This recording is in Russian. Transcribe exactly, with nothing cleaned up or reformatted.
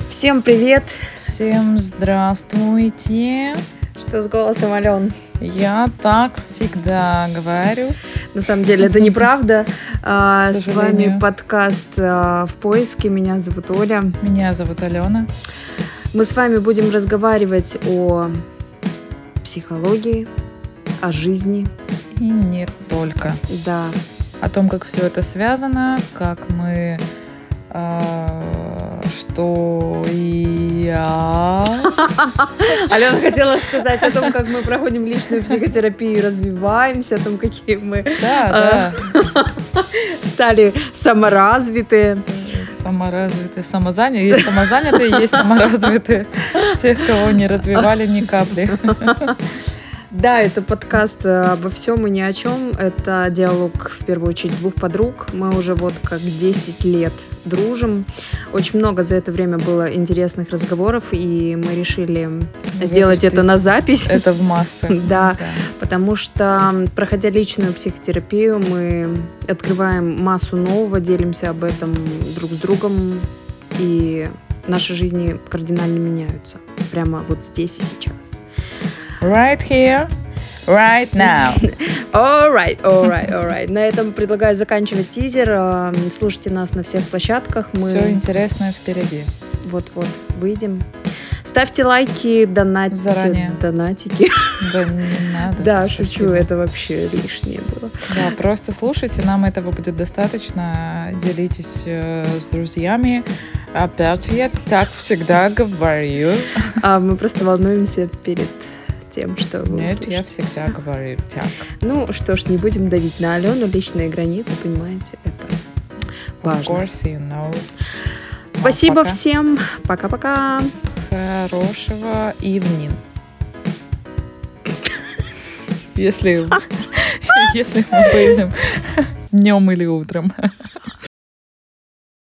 Всем привет! Всем здравствуйте! Что с голосом, Ален? Я так всегда говорю. На самом деле это неправда. С вами подкаст «В поиске». Меня зовут Оля. Меня зовут Алена. Мы с вами будем разговаривать о психологии, о жизни. И не только. Да. О том, как все это связано, как мы... А, что я... Алена хотела сказать о том, как мы проходим личную психотерапию, развиваемся, о том, какие мы да, да. стали саморазвитые. Саморазвитые, самозанятые. Есть самозанятые, есть саморазвитые. Тех, кого не развивали ни капли. Да, это подкаст обо всем и ни о чем. Это диалог, в первую очередь, двух подруг. Мы уже вот как десять лет дружим. Очень много за это время было интересных разговоров, и мы решили Выпустить сделать это на запись. Это в массы. Да, да, потому что, проходя личную психотерапию, мы открываем массу нового, делимся об этом друг с другом, и наши жизни кардинально меняются. Прямо вот здесь и сейчас. Right here, right now. All right, all right, all right. На этом предлагаю заканчивать тизер. Слушайте нас на всех площадках. Мы... Все интересное впереди. Вот-вот, выйдем. Ставьте лайки, донатьте. Заранее. Донатики. Да не надо. Да, шучу, это вообще лишнее было. Да, просто слушайте, нам этого будет достаточно. Делитесь э, с друзьями. Опять я так всегда говорю. А мы просто волнуемся перед тем, что вы Нет, услышите. я всегда говорю так. Ну что ж, не будем давить на Алену. Личные границы, понимаете, это важно. Of course you know. Спасибо Пока. всем. Пока-пока. Хорошего evening. Если, если мы выйдем днем или утром.